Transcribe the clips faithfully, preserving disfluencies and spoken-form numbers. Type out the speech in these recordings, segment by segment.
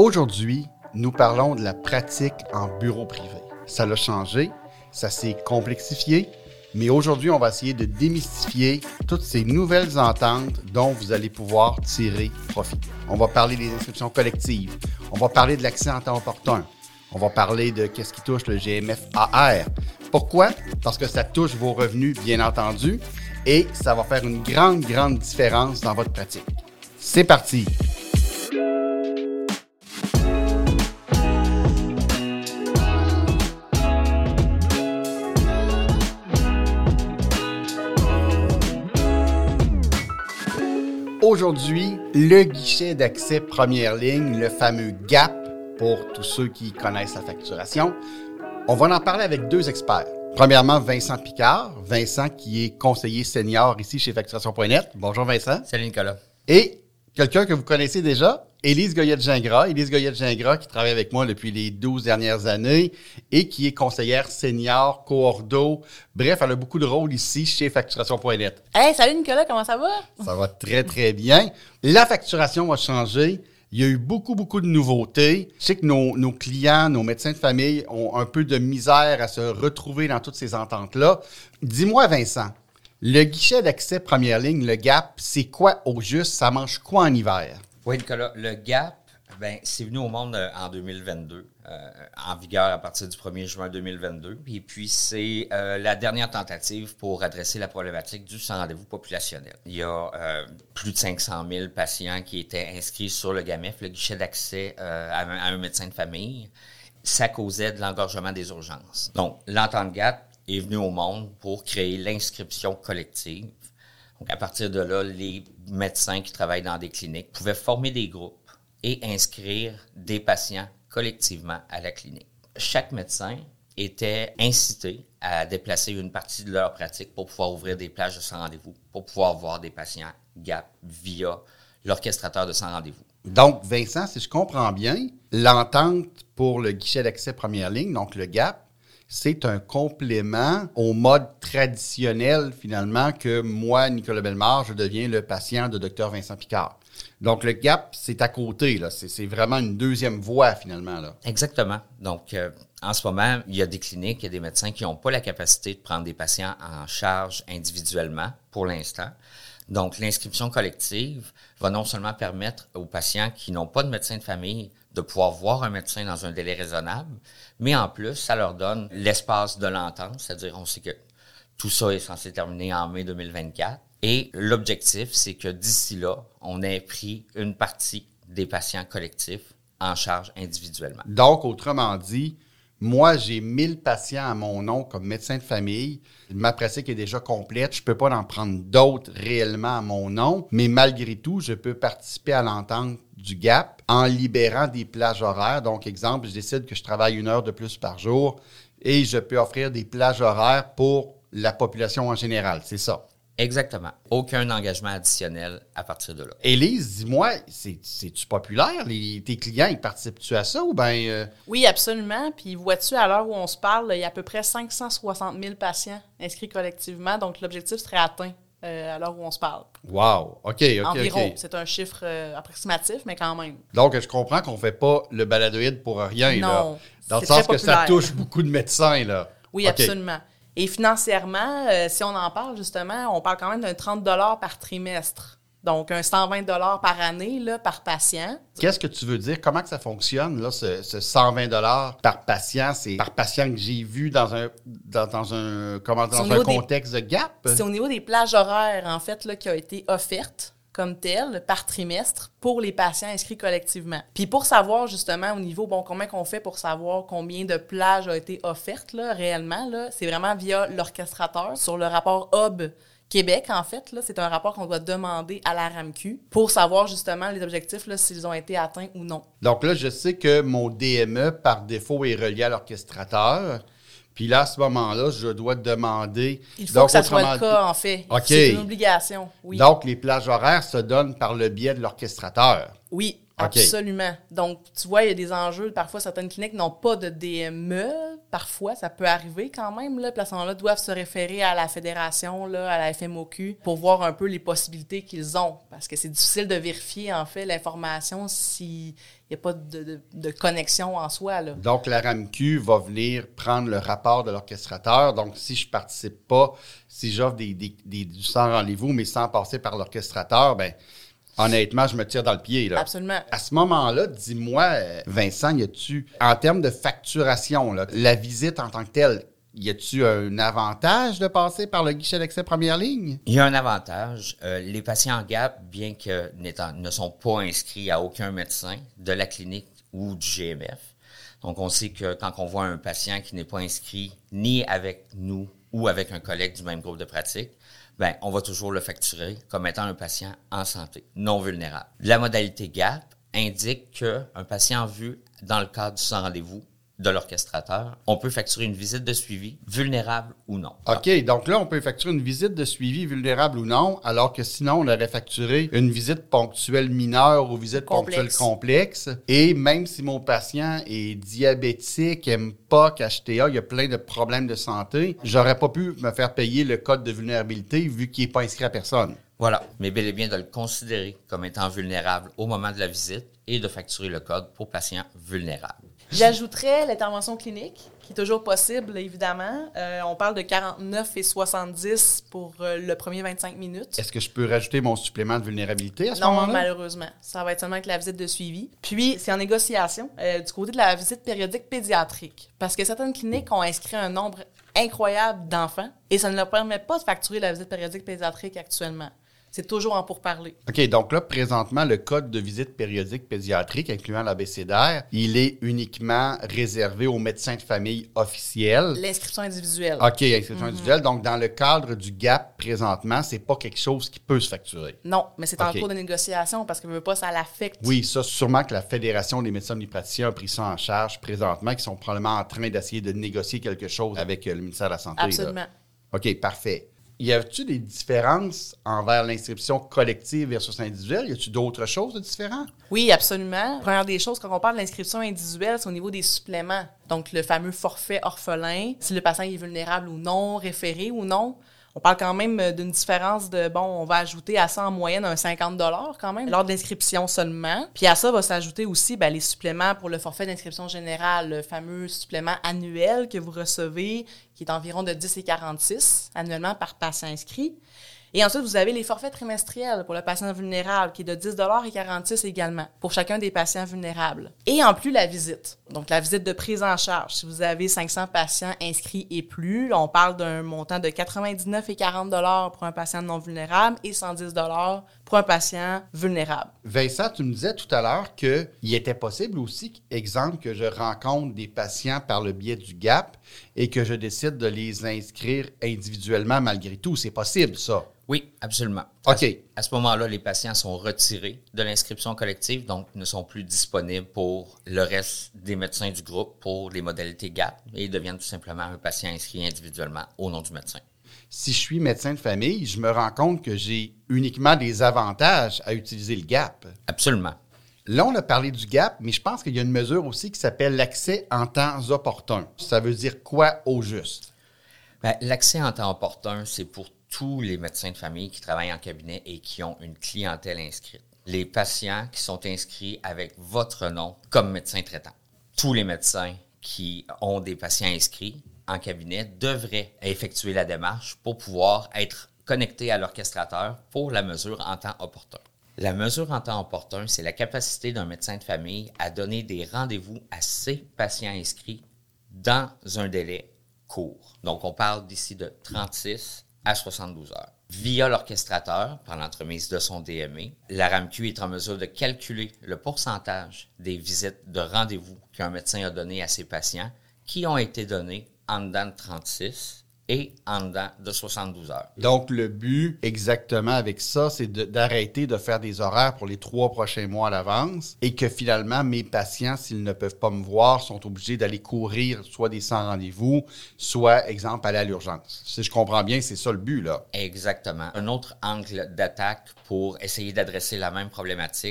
Aujourd'hui, nous parlons de la pratique en bureau privé. Ça l'a changé, ça s'est complexifié, mais aujourd'hui, on va essayer de démystifier toutes ces nouvelles ententes dont vous allez pouvoir tirer profit. On va parler des inscriptions collectives, on va parler de l'accès en temps opportun, on va parler de qu'est-ce qui touche le G M F A R. Pourquoi? Parce que ça touche vos revenus, bien entendu, et ça va faire une grande, grande différence dans votre pratique. C'est parti! Aujourd'hui, le guichet d'accès première ligne, le fameux G A P pour tous ceux qui connaissent la facturation. On va en parler avec deux experts. Premièrement, Vincent Picard. Vincent qui est conseiller senior ici chez facturation point net. Bonjour Vincent. Salut Nicolas. Et quelqu'un que vous connaissez déjà, Élise Goyette-Gingras. Élise Goyette-Gingras qui travaille avec moi depuis les douze dernières années et qui est conseillère senior, coordo. Bref, elle a beaucoup de rôles ici chez facturation point net. Hey, salut Nicolas, comment ça va? Ça va très, très bien. La facturation va changer. Il y a eu beaucoup, beaucoup de nouveautés. Je sais que nos, nos clients, nos médecins de famille ont un peu de misère à se retrouver dans toutes ces ententes-là. Dis-moi, Vincent, le guichet d'accès première ligne, le G A P, c'est quoi au juste? Ça mange quoi en hiver? Oui, Nicolas, le G A P, ben, c'est venu au monde euh, en deux mille vingt-deux, euh, en vigueur à partir du premier juin deux mille vingt-deux. Et puis, c'est euh, la dernière tentative pour adresser la problématique du sans-rendez-vous populationnel. Il y a euh, plus de cinq cent mille patients qui étaient inscrits sur le G A M F, le guichet d'accès euh, à, un, à un médecin de famille. Ça causait de l'engorgement des urgences. Donc, l'entente G A P est venue au monde pour créer l'inscription collective. Donc, à partir de là, les médecins qui travaillent dans des cliniques pouvaient former des groupes et inscrire des patients collectivement à la clinique. Chaque médecin était incité à déplacer une partie de leur pratique pour pouvoir ouvrir des plages de sans-rendez-vous, pour pouvoir voir des patients G A P via l'orchestrateur de sans-rendez-vous. Donc, Vincent, si je comprends bien, l'entente pour le guichet d'accès première ligne, donc le G A P, c'est un complément au mode traditionnel, finalement, que moi, Nicolas Bellemare, je deviens le patient de docteur Vincent Picard. Donc, le G A P, c'est à côté, là. C'est, c'est vraiment une deuxième voie, finalement, là. Exactement. Donc, euh, en ce moment, il y a des cliniques, il y a des médecins qui n'ont pas la capacité de prendre des patients en charge individuellement, pour l'instant. Donc, l'inscription collective va non seulement permettre aux patients qui n'ont pas de médecin de famille de pouvoir voir un médecin dans un délai raisonnable, mais en plus, ça leur donne l'espace de l'entente, c'est-à-dire on sait que tout ça est censé terminer en mai deux mille vingt-quatre, et l'objectif, c'est que d'ici là, on ait pris une partie des patients collectifs en charge individuellement. Donc, autrement dit, moi, j'ai mille patients à mon nom comme médecin de famille. Ma pratique est déjà complète. Je ne peux pas en prendre d'autres réellement à mon nom. Mais malgré tout, je peux participer à l'entente du G A P en libérant des plages horaires. Donc, exemple, je décide que je travaille une heure de plus par jour et je peux offrir des plages horaires pour la population en général. C'est ça. Exactement. Aucun engagement additionnel à partir de là. Élise, dis-moi, c'est, c'est-tu populaire? Les, tes clients, ils participent-tu à ça ou bien... Euh... Oui, absolument. Puis vois-tu, à l'heure où on se parle, il y a à peu près cinq cent soixante mille patients inscrits collectivement. Donc, l'objectif serait atteint euh, à l'heure où on se parle. Wow! OK, OK, Environ. OK. C'est un chiffre euh, approximatif, mais quand même. Donc, je comprends qu'on ne fait pas le baladoïde pour rien, non, là. Dans le c'est sens très que ça populaire. touche beaucoup de médecins, là. Oui, okay. Absolument. Et financièrement, euh, si on en parle justement, on parle quand même d'un trente dollars par trimestre. Donc, un cent vingt dollars par année là, par patient. Qu'est-ce que tu veux dire? Comment que ça fonctionne, là, ce, ce cent vingt dollars par patient? C'est par patient que j'ai vu dans un dans, dans un comment dans un contexte des, de G A P? C'est au niveau des plages horaires, en fait, là, qui a été offerte comme telle par trimestre pour les patients inscrits collectivement. Puis pour savoir justement au niveau, bon, combien qu'on fait pour savoir combien de plages a été offertes là, réellement, là, c'est vraiment via l'orchestrateur sur le rapport Hub Québec, en fait. Là, c'est un rapport qu'on doit demander à la R A M Q pour savoir justement les objectifs, là, s'ils ont été atteints ou non. Donc là, je sais que mon D M E, par défaut, est relié à l'orchestrateur. Puis là, à ce moment-là, je dois demander... Il faut donc, que ça soit autrement... le cas, en fait. OK. C'est une obligation, oui. Donc, les plages horaires se donnent par le biais de l'orchestrateur. Oui, OK. absolument. Donc, tu vois, il y a des enjeux. Parfois, certaines cliniques n'ont pas de D M E parfois, ça peut arriver quand même. Là, puis à ce moment-là, doivent se référer à la fédération, là, à la F M O Q, pour voir un peu les possibilités qu'ils ont. Parce que c'est difficile de vérifier, en fait, l'information s'il n'y a pas de, de, de connexion en soi. Là. Donc, la R A M Q va venir prendre le rapport de l'orchestrateur. Donc, si je ne participe pas, si j'offre des, des, des, du sans rendez-vous, mais sans passer par l'orchestrateur, bien, honnêtement, je me tire dans le pied. Là. Absolument. À ce moment-là, dis-moi, Vincent, y a-tu, en termes de facturation, là, la visite en tant que telle, y a-tu un avantage de passer par le guichet d'accès première ligne? Il y a un avantage. Euh, les patients en G A P, bien que n'étant, ne sont pas inscrits à aucun médecin de la clinique ou du G M F, donc on sait que quand on voit un patient qui n'est pas inscrit ni avec nous ou avec un collègue du même groupe de pratique, ben, on va toujours le facturer comme étant un patient en santé, non vulnérable. La modalité G A P indique qu'un patient vu dans le cadre du sans rendez-vous de l'orchestrateur, on peut facturer une visite de suivi, vulnérable ou non. OK, donc là, on peut facturer une visite de suivi, vulnérable ou non, alors que sinon, on aurait facturé une visite ponctuelle mineure ou visite Complexe. ponctuelle complexe. Et même si mon patient est diabétique, aime pas H T A, il y a plein de problèmes de santé, j'aurais pas pu me faire payer le code de vulnérabilité vu qu'il n'est pas inscrit à personne. Voilà, mais bel et bien de le considérer comme étant vulnérable au moment de la visite et de facturer le code pour patient vulnérable. J'ajouterais l'intervention clinique, qui est toujours possible, évidemment. Euh, on parle de quarante-neuf et soixante-dix pour euh, le premier vingt-cinq minutes. Est-ce que je peux rajouter mon supplément de vulnérabilité à ce Non, moment-là? malheureusement. Ça va être seulement avec la visite de suivi. Puis, c'est en négociation euh, du côté de la visite périodique pédiatrique. Parce que certaines cliniques ont inscrit un nombre incroyable d'enfants et ça ne leur permet pas de facturer la visite périodique pédiatrique actuellement. C'est toujours en pourparlers. OK, donc là, présentement, le code de visite périodique pédiatrique, incluant l'abécédaire, il est uniquement réservé aux médecins de famille officiels. L'inscription individuelle. OK, inscription mm-hmm. individuelle. Donc, dans le cadre du G A P, présentement, c'est pas quelque chose qui peut se facturer. Non, mais c'est en OK. cours de négociation parce que je veux pas, ça l'affecte. Oui, ça, sûrement que la Fédération des médecins omnipraticiens a pris ça en charge présentement, qui sont probablement en train d'essayer de négocier quelque chose avec euh, le ministère de la Santé. Absolument. Là. OK, parfait. Y a-t-il des différences envers l'inscription collective versus individuelle? Y a-t-il d'autres choses de différentes? Oui, absolument. Première des choses, quand on parle de l'inscription individuelle, c'est au niveau des suppléments. Donc, le fameux forfait orphelin, si le patient est vulnérable ou non, référé ou non. On parle quand même d'une différence de, bon, on va ajouter à ça en moyenne un cinquante dollars quand même, lors de l'inscription seulement. Puis à ça va s'ajouter aussi ben, les suppléments pour le forfait d'inscription générale, le fameux supplément annuel que vous recevez, qui est environ de dix et quarante-six annuellement par patient inscrit. Et ensuite, vous avez les forfaits trimestriels pour le patient vulnérable, qui est de dix dollars et quarante-six également, pour chacun des patients vulnérables. Et en plus, la visite. Donc, la visite de prise en charge. Si vous avez cinq cents patients inscrits et plus, on parle d'un montant de quatre-vingt-dix-neuf et quarante dollars pour un patient non vulnérable et cent dix dollars pour un patient vulnérable. Vincent, tu me disais tout à l'heure qu'il était possible aussi, exemple, que je rencontre des patients par le biais du G A P et que je décide de les inscrire individuellement malgré tout. C'est possible, ça? Oui, absolument. OK. À, à ce moment-là, les patients sont retirés de l'inscription collective, donc ne sont plus disponibles pour le reste des médecins du groupe pour les modalités G A P et deviennent tout simplement un patient inscrit individuellement au nom du médecin. Si je suis médecin de famille, je me rends compte que j'ai uniquement des avantages à utiliser le G A P. Absolument. Là, on a parlé du G A P, mais je pense qu'il y a une mesure aussi qui s'appelle l'accès en temps opportun. Ça veut dire quoi au juste? Bien, l'accès en temps opportun, c'est pour tous les médecins de famille qui travaillent en cabinet et qui ont une clientèle inscrite. Les patients qui sont inscrits avec votre nom comme médecin traitant. Tous les médecins qui ont des patients inscrits en cabinet devraient effectuer la démarche pour pouvoir être connectés à l'orchestrateur pour la mesure en temps opportun. La mesure en temps opportun, c'est la capacité d'un médecin de famille à donner des rendez-vous à ses patients inscrits dans un délai court. Donc, on parle d'ici de trente-six à soixante-douze heures. Via l'orchestrateur, par l'entremise de son D M E, la R A M Q est en mesure de calculer le pourcentage des visites de rendez-vous qu'un médecin a donné à ses patients qui ont été données en dedans de trente-six et en dedans de soixante-douze heures. Donc, le but exactement avec ça, c'est de, d'arrêter de faire des horaires pour les trois prochains mois à l'avance et que finalement, mes patients, s'ils ne peuvent pas me voir, sont obligés d'aller courir soit des sans rendez-vous, soit, exemple, aller à l'urgence. Si je comprends bien, c'est ça le but, là. Exactement. Un autre angle d'attaque pour essayer d'adresser la même problématique,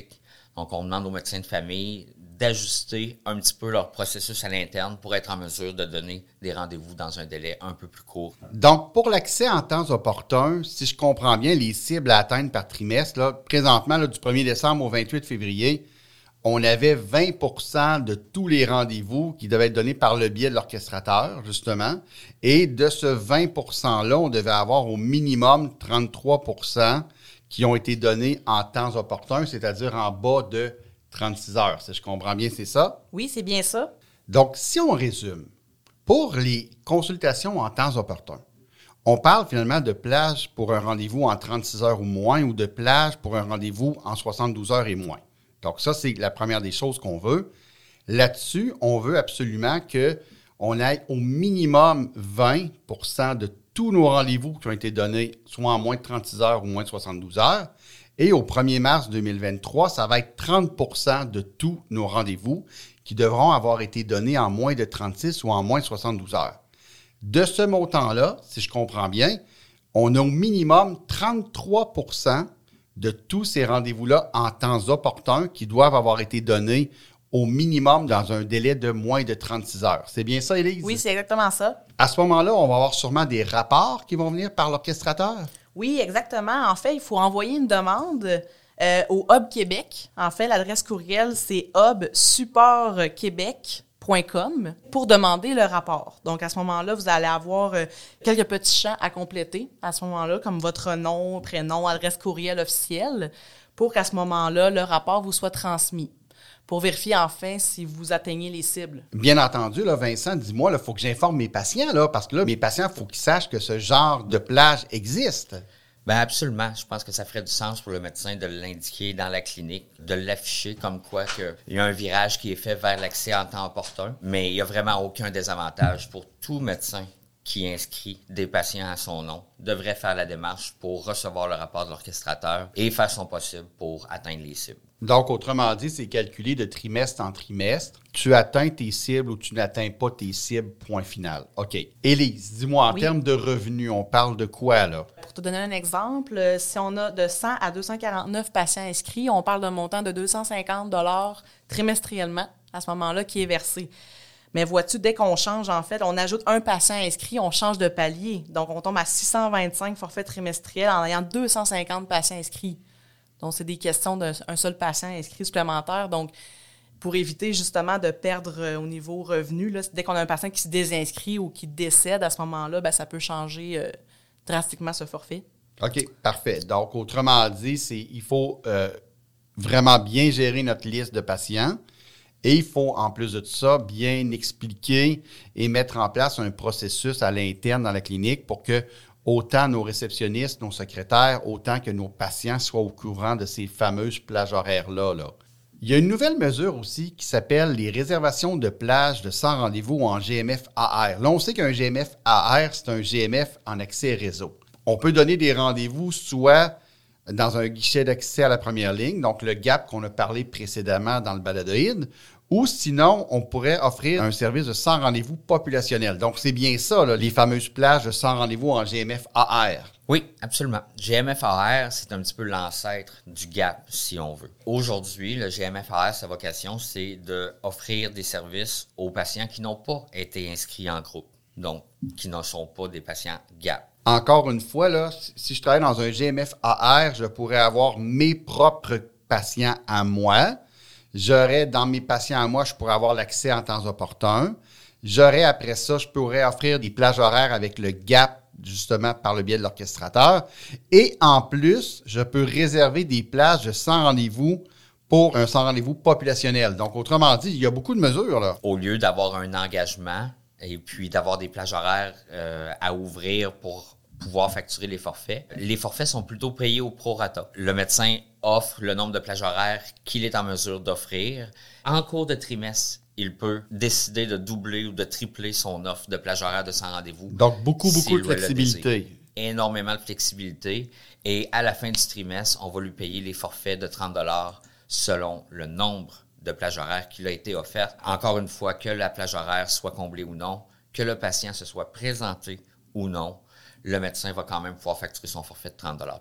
Donc, on demande aux médecins de famille d'ajuster un petit peu leur processus à l'interne pour être en mesure de donner des rendez-vous dans un délai un peu plus court. Donc, pour l'accès en temps opportun, si je comprends bien les cibles à atteindre par trimestre, là, présentement, là, du premier décembre au vingt-huit février, on avait vingt pour cent de tous les rendez-vous qui devaient être donnés par le biais de l'orchestrateur, justement. Et de ce vingt pour cent-là, on devait avoir au minimum trente-trois pour cent qui ont été donnés en temps opportun, c'est-à-dire en bas de trente-six heures. Si je comprends bien, c'est ça? Oui, c'est bien ça. Donc, si on résume, pour les consultations en temps opportun, on parle finalement de plage pour un rendez-vous en trente-six heures ou moins ou de plage pour un rendez-vous en soixante-douze heures et moins. Donc, ça, c'est la première des choses qu'on veut. Là-dessus, on veut absolument qu'on ait au minimum vingt pour cent de tous nos rendez-vous qui ont été donnés, soit en moins de trente-six heures ou moins de soixante-douze heures. Et au premier mars deux mille vingt-trois, ça va être trente pour cent de tous nos rendez-vous qui devront avoir été donnés en moins de trente-six ou en moins de soixante-douze heures. De ce montant-là, si je comprends bien, on a au minimum trente-trois pour cent de tous ces rendez-vous-là en temps opportun qui doivent avoir été donnés au minimum dans un délai de moins de trente-six heures. C'est bien ça, Élise? Oui, c'est exactement ça. À ce moment-là, on va avoir sûrement des rapports qui vont venir par l'orchestrateur? Oui, exactement. En fait, il faut envoyer une demande euh, au Hub Québec. En fait, l'adresse courriel, c'est hub support québec point com pour demander le rapport. Donc, à ce moment-là, vous allez avoir euh, quelques petits champs à compléter à ce moment-là, comme votre nom, prénom, adresse courriel officielle, pour qu'à ce moment-là, le rapport vous soit transmis, pour vérifier enfin si vous atteignez les cibles. Bien entendu, là, Vincent, dis-moi, il faut que j'informe mes patients, là, parce que là, mes patients, il faut qu'ils sachent que ce genre de plage existe. Bien, absolument. Je pense que ça ferait du sens pour le médecin de l'indiquer dans la clinique, de l'afficher comme quoi que il y a un virage qui est fait vers l'accès en temps opportun, mais il n'y a vraiment aucun désavantage pour tout médecin qui inscrit des patients à son nom, devrait faire la démarche pour recevoir le rapport de l'orchestrateur et faire son possible pour atteindre les cibles. Donc, autrement dit, c'est calculé de trimestre en trimestre. Tu atteins tes cibles ou tu n'atteins pas tes cibles, point final. OK. Élise, dis-moi, en Oui. termes de revenus, on parle de quoi, là? Pour te donner un exemple, euh, si on a de cent à deux cent quarante-neuf patients inscrits, on parle d'un montant de deux cent cinquante dollars trimestriellement à ce moment-là qui est versé. Mais vois-tu, dès qu'on change, en fait, on ajoute un patient inscrit, on change de palier. Donc, on tombe à six cent vingt-cinq forfaits trimestriels en ayant deux cent cinquante patients inscrits. Donc, c'est des questions d'un seul patient inscrit supplémentaire. Donc, pour éviter justement de perdre euh, au niveau revenu, là, dès qu'on a un patient qui se désinscrit ou qui décède, à ce moment-là, ben, ça peut changer euh, drastiquement ce forfait. OK, parfait. Donc, autrement dit, c'est il faut euh, vraiment bien gérer notre liste de patients et il faut, en plus de tout ça, bien expliquer et mettre en place un processus à l'interne dans la clinique pour que autant nos réceptionnistes, nos secrétaires, autant que nos patients soient au courant de ces fameuses plages horaires-là. Là. Il y a une nouvelle mesure aussi qui s'appelle les réservations de plages de sans rendez-vous en G M F A R. Là, on sait qu'un G M F A R, c'est un G M F en accès réseau. On peut donner des rendez-vous soit dans un guichet d'accès à la première ligne, donc le gap qu'on a parlé précédemment dans le baladoïde, ou sinon, on pourrait offrir un service de sans rendez-vous populationnel. Donc, c'est bien ça, là, les fameuses plages de sans rendez-vous en G M F A R. Oui, absolument. G M F A R, c'est un petit peu l'ancêtre du gap, si on veut. Aujourd'hui, le G M F A R, sa vocation, c'est d'offrir des services aux patients qui n'ont pas été inscrits en groupe, donc qui ne sont pas des patients gap. Encore une fois, là, si je travaille dans un G M F A R, je pourrais avoir mes propres patients à moi. J'aurais, dans mes patients à moi, je pourrais avoir l'accès en temps opportun. J'aurais, après ça, je pourrais offrir des plages horaires avec le gap, justement, par le biais de l'orchestrateur. Et en plus, je peux réserver des plages de sans rendez-vous pour un sans rendez-vous populationnel. Donc, autrement dit, il y a beaucoup de mesures, là. Au lieu d'avoir un engagement et puis d'avoir des plages horaires euh, à ouvrir pour pouvoir facturer les forfaits, les forfaits sont plutôt payés au prorata. Le médecin offre le nombre de plages horaires qu'il est en mesure d'offrir. En cours de trimestre, il peut décider de doubler ou de tripler son offre de plages horaires de sans rendez-vous. Donc, beaucoup, beaucoup de flexibilité. Énormément de flexibilité. Et à la fin du trimestre, on va lui payer les forfaits de trente dollars selon le nombre de plages horaires qui a été offerte. Encore une fois, que la plage horaire soit comblée ou non, que le patient se soit présenté ou non, le médecin va quand même pouvoir facturer son forfait de trente dollars par trimestre.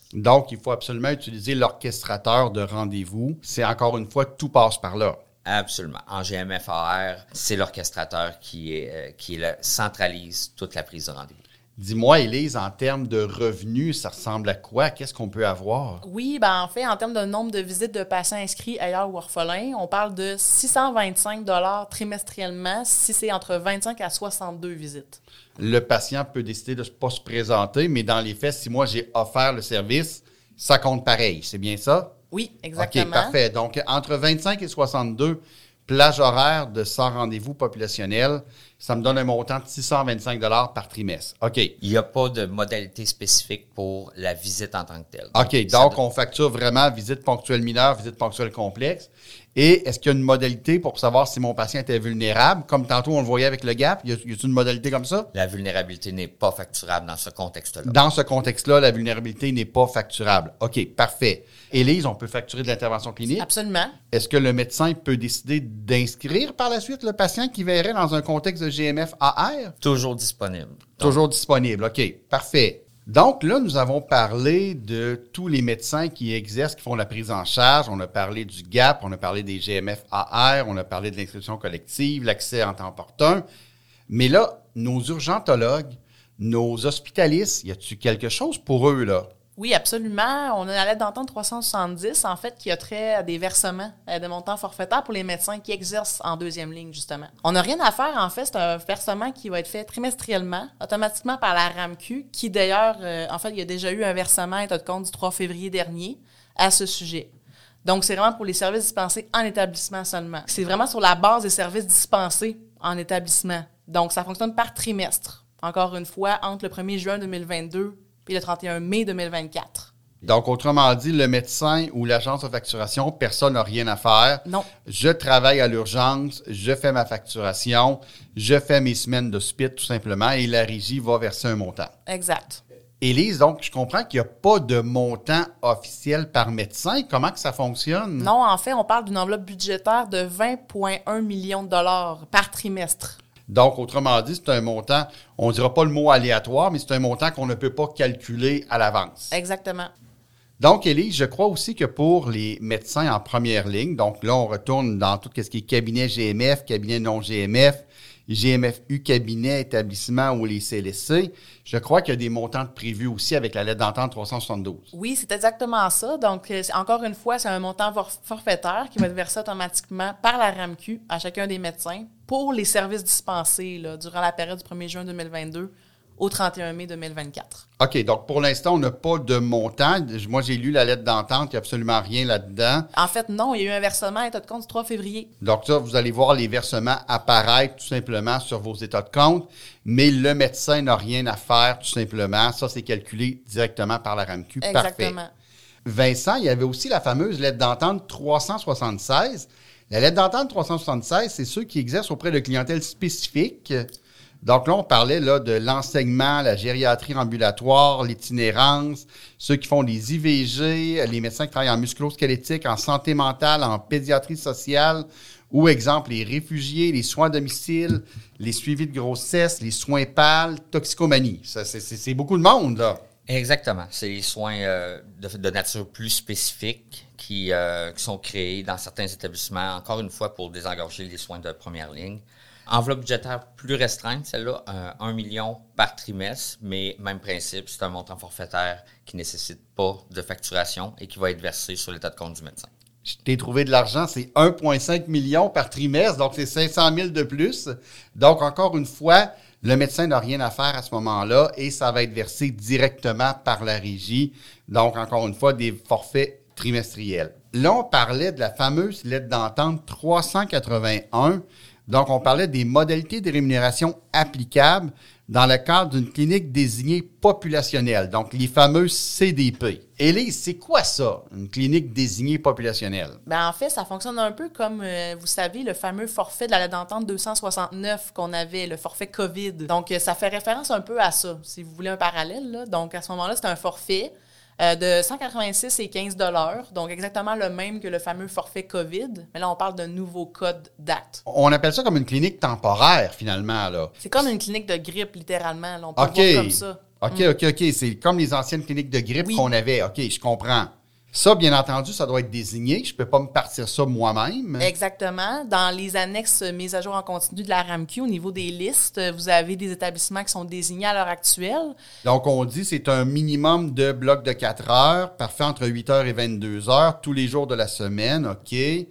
Donc, il faut absolument utiliser l'orchestrateur de rendez-vous. C'est encore une fois, tout passe par là. Absolument. En G M F A R, c'est l'orchestrateur qui est, euh, qui est là, centralise toute la prise de rendez-vous. Dis-moi, Élise, en termes de revenus, ça ressemble à quoi? Qu'est-ce qu'on peut avoir? Oui, ben en fait, en termes de nombre de visites de patients inscrits ailleurs ou orphelins, on parle de six cent vingt-cinq dollars trimestriellement si c'est entre vingt-cinq à soixante-deux visites. Le patient peut décider de ne pas se présenter, mais dans les faits, si moi j'ai offert le service, ça compte pareil. C'est bien ça? Oui, exactement. OK, parfait. Donc, entre vingt-cinq et soixante-deux, plage horaire de sans rendez-vous populationnel, ça me donne un montant de six cent vingt-cinq dollars par trimestre. OK. Il n'y a pas de modalité spécifique pour la visite en tant que telle. OK, donc, donc on facture vraiment visite ponctuelle mineure, visite ponctuelle complexe. Et est-ce qu'il y a une modalité pour savoir si mon patient était vulnérable? Comme tantôt, on le voyait avec le gap, y a-t-il une modalité comme ça? La vulnérabilité n'est pas facturable dans ce contexte-là. Dans ce contexte-là, la vulnérabilité n'est pas facturable. OK, parfait. Élise, on peut facturer de l'intervention clinique? Absolument. Est-ce que le médecin peut décider d'inscrire par la suite le patient qui verrait dans un contexte de G M F A R? Toujours disponible. Donc, Toujours disponible. OK, parfait. Donc là, nous avons parlé de tous les médecins qui exercent, qui font la prise en charge. On a parlé du GAP, on a parlé des G M F A R, on a parlé de l'inscription collective, l'accès en temps opportun. Mais là, nos urgentologues, nos hospitalistes, y a-t-il quelque chose pour eux, là? Oui, absolument. On a la lettre d'entente trois cent soixante-dix, en fait, qui a trait à des versements euh, de montants forfaitaires pour les médecins qui exercent en deuxième ligne, justement. On n'a rien à faire, en fait. C'est un versement qui va être fait trimestriellement, automatiquement par la R A M Q, qui d'ailleurs, euh, en fait, il y a déjà eu un versement état de compte du trois février dernier à ce sujet. Donc, c'est vraiment pour les services dispensés en établissement seulement. C'est vraiment sur la base des services dispensés en établissement. Donc, ça fonctionne par trimestre. Encore une fois, entre le premier juin deux mille vingt-deux puis le trente et un mai deux mille vingt-quatre. Donc, autrement dit, le médecin ou l'agence de facturation, personne n'a rien à faire. Non. Je travaille à l'urgence, je fais ma facturation, je fais mes semaines de spit tout simplement et la régie va verser un montant. Exact. Élise, donc, je comprends qu'il n'y a pas de montant officiel par médecin. Comment que ça fonctionne? Non, en fait, on parle d'une enveloppe budgétaire de vingt virgule un millions de dollars par trimestre. Donc, autrement dit, c'est un montant, on ne dira pas le mot aléatoire, mais c'est un montant qu'on ne peut pas calculer à l'avance. Exactement. Donc, Élise, je crois aussi que pour les médecins en première ligne, donc là, on retourne dans tout ce qui est cabinet G M F, cabinet non G M F, G M F U cabinet, établissement ou les C L S C, je crois qu'il y a des montants de prévus aussi avec la lettre d'entente trois cent soixante-douze. Oui, c'est exactement ça. Donc, euh, encore une fois, c'est un montant for- forfaitaire qui va être versé automatiquement par la R A M Q à chacun des médecins pour les services dispensés là, durant la période du premier juin deux mille vingt-deux au trente et un mai deux mille vingt-quatre. OK, donc pour l'instant, on n'a pas de montant. Moi, j'ai lu la lettre d'entente, il n'y a absolument rien là-dedans. En fait, non, il y a eu un versement à état de compte du trois février. Donc ça, vous allez voir les versements apparaître tout simplement sur vos états de compte, mais le médecin n'a rien à faire tout simplement. Ça, c'est calculé directement par la R A M Q. Exactement. Parfait. Vincent, il y avait aussi la fameuse lettre d'entente trois cent soixante-seize. La lettre d'entente trois cent soixante-seize, c'est ceux qui exercent auprès de clientèle spécifique. Donc là, on parlait là, de l'enseignement, la gériatrie ambulatoire, l'itinérance, ceux qui font des I V G, les médecins qui travaillent en musculo-squelettique, en santé mentale, en pédiatrie sociale, ou exemple, les réfugiés, les soins à domicile, les suivis de grossesse, les soins P A L, toxicomanie. Ça, c'est, c'est, c'est beaucoup de monde, là. Exactement. C'est les soins euh, de, de nature plus spécifique qui, euh, qui sont créés dans certains établissements, encore une fois, pour désengorger les soins de première ligne. Enveloppe budgétaire plus restreinte, celle-là, euh, un million par trimestre, mais même principe, c'est un montant forfaitaire qui ne nécessite pas de facturation et qui va être versé sur l'état de compte du médecin. Je t'ai trouvé de l'argent, c'est un virgule cinq million par trimestre, donc c'est cinq cent mille de plus. Donc, encore une fois, le médecin n'a rien à faire à ce moment-là et ça va être versé directement par la régie. Donc, encore une fois, des forfaits trimestriels. Là, on parlait de la fameuse lettre d'entente trois cent quatre-vingt-un. Donc, on parlait des modalités de rémunération applicables dans le cadre d'une clinique désignée populationnelle, donc les fameux C D P. Élise, c'est quoi ça, une clinique désignée populationnelle? Ben, en fait, ça fonctionne un peu comme, euh, vous savez, le fameux forfait de la lettre d'entente deux cent soixante-neuf qu'on avait, le forfait COVID. Donc, euh, ça fait référence un peu à ça, si vous voulez un parallèle, là. Donc, à ce moment-là, c'est un forfait Euh, de cent quatre-vingt-six et quinze dollars, donc exactement le même que le fameux forfait COVID, mais là, on parle d'un nouveau code d'acte. On appelle ça comme une clinique temporaire, finalement, là. C'est comme une clinique de grippe, littéralement. Là, on peut OK. le voir comme ça. OK, Mm. OK, OK. C'est comme les anciennes cliniques de grippe Oui. qu'on avait. OK, je comprends. Ça, bien entendu, ça doit être désigné. Je ne peux pas me partir ça moi-même. Exactement. Dans les annexes mises à jour en continu de la R A M Q, au niveau des listes, vous avez des établissements qui sont désignés à l'heure actuelle. Donc, on dit que c'est un minimum de blocs de quatre heures, parfait entre huit heures et vingt-deux heures, tous les jours de la semaine. OK.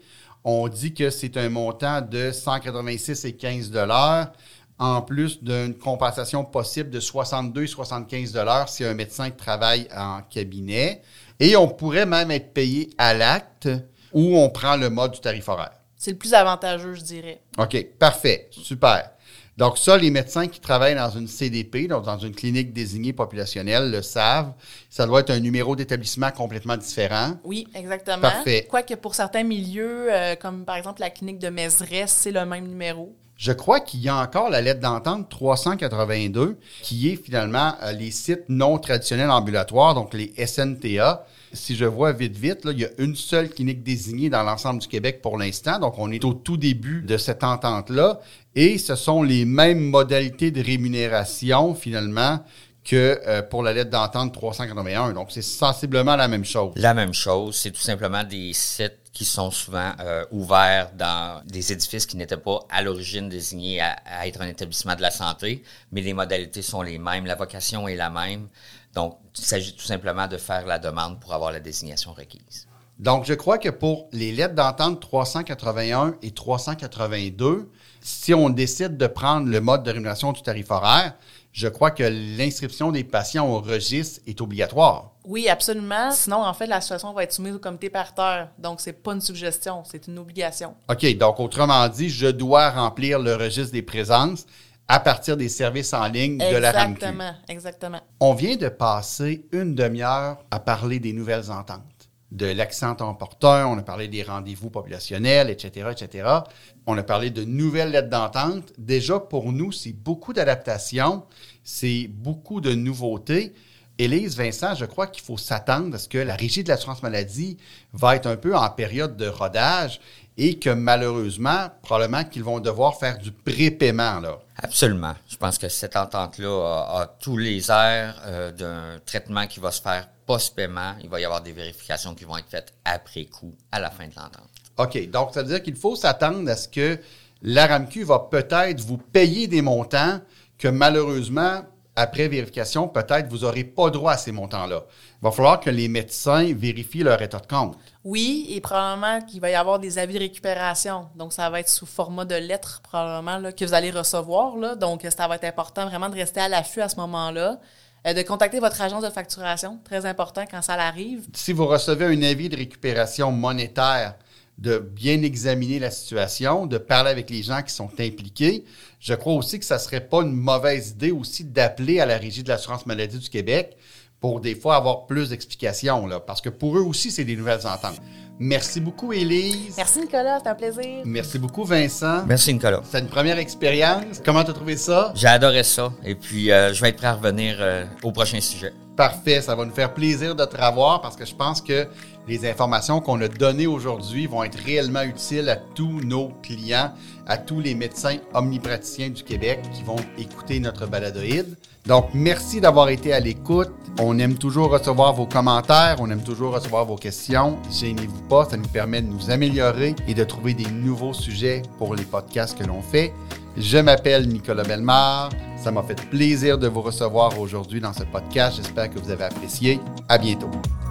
On dit que c'est un montant de cent quatre-vingt-six et quinze dollars, en plus d'une compensation possible de soixante-deux et soixante-quinze dollars si un médecin qui travaille en cabinet. Et on pourrait même être payé à l'acte ou on prend le mode du tarif horaire. C'est le plus avantageux, je dirais. OK, parfait, super. Donc ça, les médecins qui travaillent dans une C D P, donc dans une clinique désignée populationnelle, le savent. Ça doit être un numéro d'établissement complètement différent. Oui, exactement. Parfait. Quoique pour certains milieux, euh, comme par exemple la clinique de Mézeray, c'est le même numéro. Je crois qu'il y a encore la lettre d'entente trois cent quatre-vingt-deux, qui est finalement euh, les sites non traditionnels ambulatoires, donc les S N T A. Si je vois vite, vite, là, il y a une seule clinique désignée dans l'ensemble du Québec pour l'instant. Donc, on est au tout début de cette entente-là. Et ce sont les mêmes modalités de rémunération, finalement, que euh, pour la lettre d'entente trois cent quatre-vingt-un. Donc, c'est sensiblement la même chose. La même chose, c'est tout simplement des sites qui sont souvent euh, ouverts dans des édifices qui n'étaient pas à l'origine désignés à, à être un établissement de la santé, mais les modalités sont les mêmes, la vocation est la même. Donc, il s'agit tout simplement de faire la demande pour avoir la désignation requise. Donc, je crois que pour les lettres d'entente trois cent quatre-vingt-un et trois cent quatre-vingt-deux, si on décide de prendre le mode de rémunération du tarif horaire, je crois que l'inscription des patients au registre est obligatoire. Oui, absolument. Sinon, en fait, la situation va être soumise au comité paritaire. Donc, c'est pas une suggestion, c'est une obligation. OK, donc autrement dit, je dois remplir le registre des présences à partir des services en ligne de la R A M Q. Exactement, exactement. On vient de passer une demi-heure à parler des nouvelles ententes, de l'accent opportun, on a parlé des rendez-vous populationnels, et cetera, et cetera. On a parlé de nouvelles lettres d'entente. Déjà, pour nous, c'est beaucoup d'adaptations, c'est beaucoup de nouveautés. Élise, Vincent, je crois qu'il faut s'attendre à ce que la Régie de l'assurance maladie va être un peu en période de rodage et que malheureusement, probablement qu'ils vont devoir faire du prépaiement, là. Absolument. Je pense que cette entente-là a, a tous les airs euh, d'un traitement qui va se faire post-paiement. Il va y avoir des vérifications qui vont être faites après coup, à la fin de l'entente. OK. Donc, ça veut dire qu'il faut s'attendre à ce que la R A M Q va peut-être vous payer des montants que malheureusement, après vérification, peut-être vous n'aurez pas droit à ces montants-là. Il va falloir que les médecins vérifient leur état de compte. Oui, et probablement qu'il va y avoir des avis de récupération. Donc, ça va être sous format de lettres, probablement, là, que vous allez recevoir. Là. Donc, ça va être important vraiment de rester à l'affût à ce moment-là. Euh, de contacter votre agence de facturation, très important quand ça arrive. Si vous recevez un avis de récupération monétaire, de bien examiner la situation, de parler avec les gens qui sont impliqués. Je crois aussi que ça ne serait pas une mauvaise idée aussi d'appeler à la Régie de l'assurance maladie du Québec pour des fois avoir plus d'explications, là, parce que pour eux aussi, c'est des nouvelles ententes. Merci beaucoup, Élise. Merci, Nicolas, c'était un plaisir. Merci beaucoup, Vincent. Merci, Nicolas. C'est une première expérience. Comment tu as trouvé ça? J'ai adoré ça. Et puis, euh, je vais être prêt à revenir euh, au prochain sujet. Parfait, ça va nous faire plaisir de te revoir parce que je pense que les informations qu'on a données aujourd'hui vont être réellement utiles à tous nos clients, à tous les médecins omnipraticiens du Québec qui vont écouter notre baladoïde. Donc, merci d'avoir été à l'écoute. On aime toujours recevoir vos commentaires, on aime toujours recevoir vos questions. Gênez-vous pas, ça nous permet de nous améliorer et de trouver des nouveaux sujets pour les podcasts que l'on fait. Je m'appelle Nicolas Bellemare. Ça m'a fait plaisir de vous recevoir aujourd'hui dans ce podcast. J'espère que vous avez apprécié. À bientôt.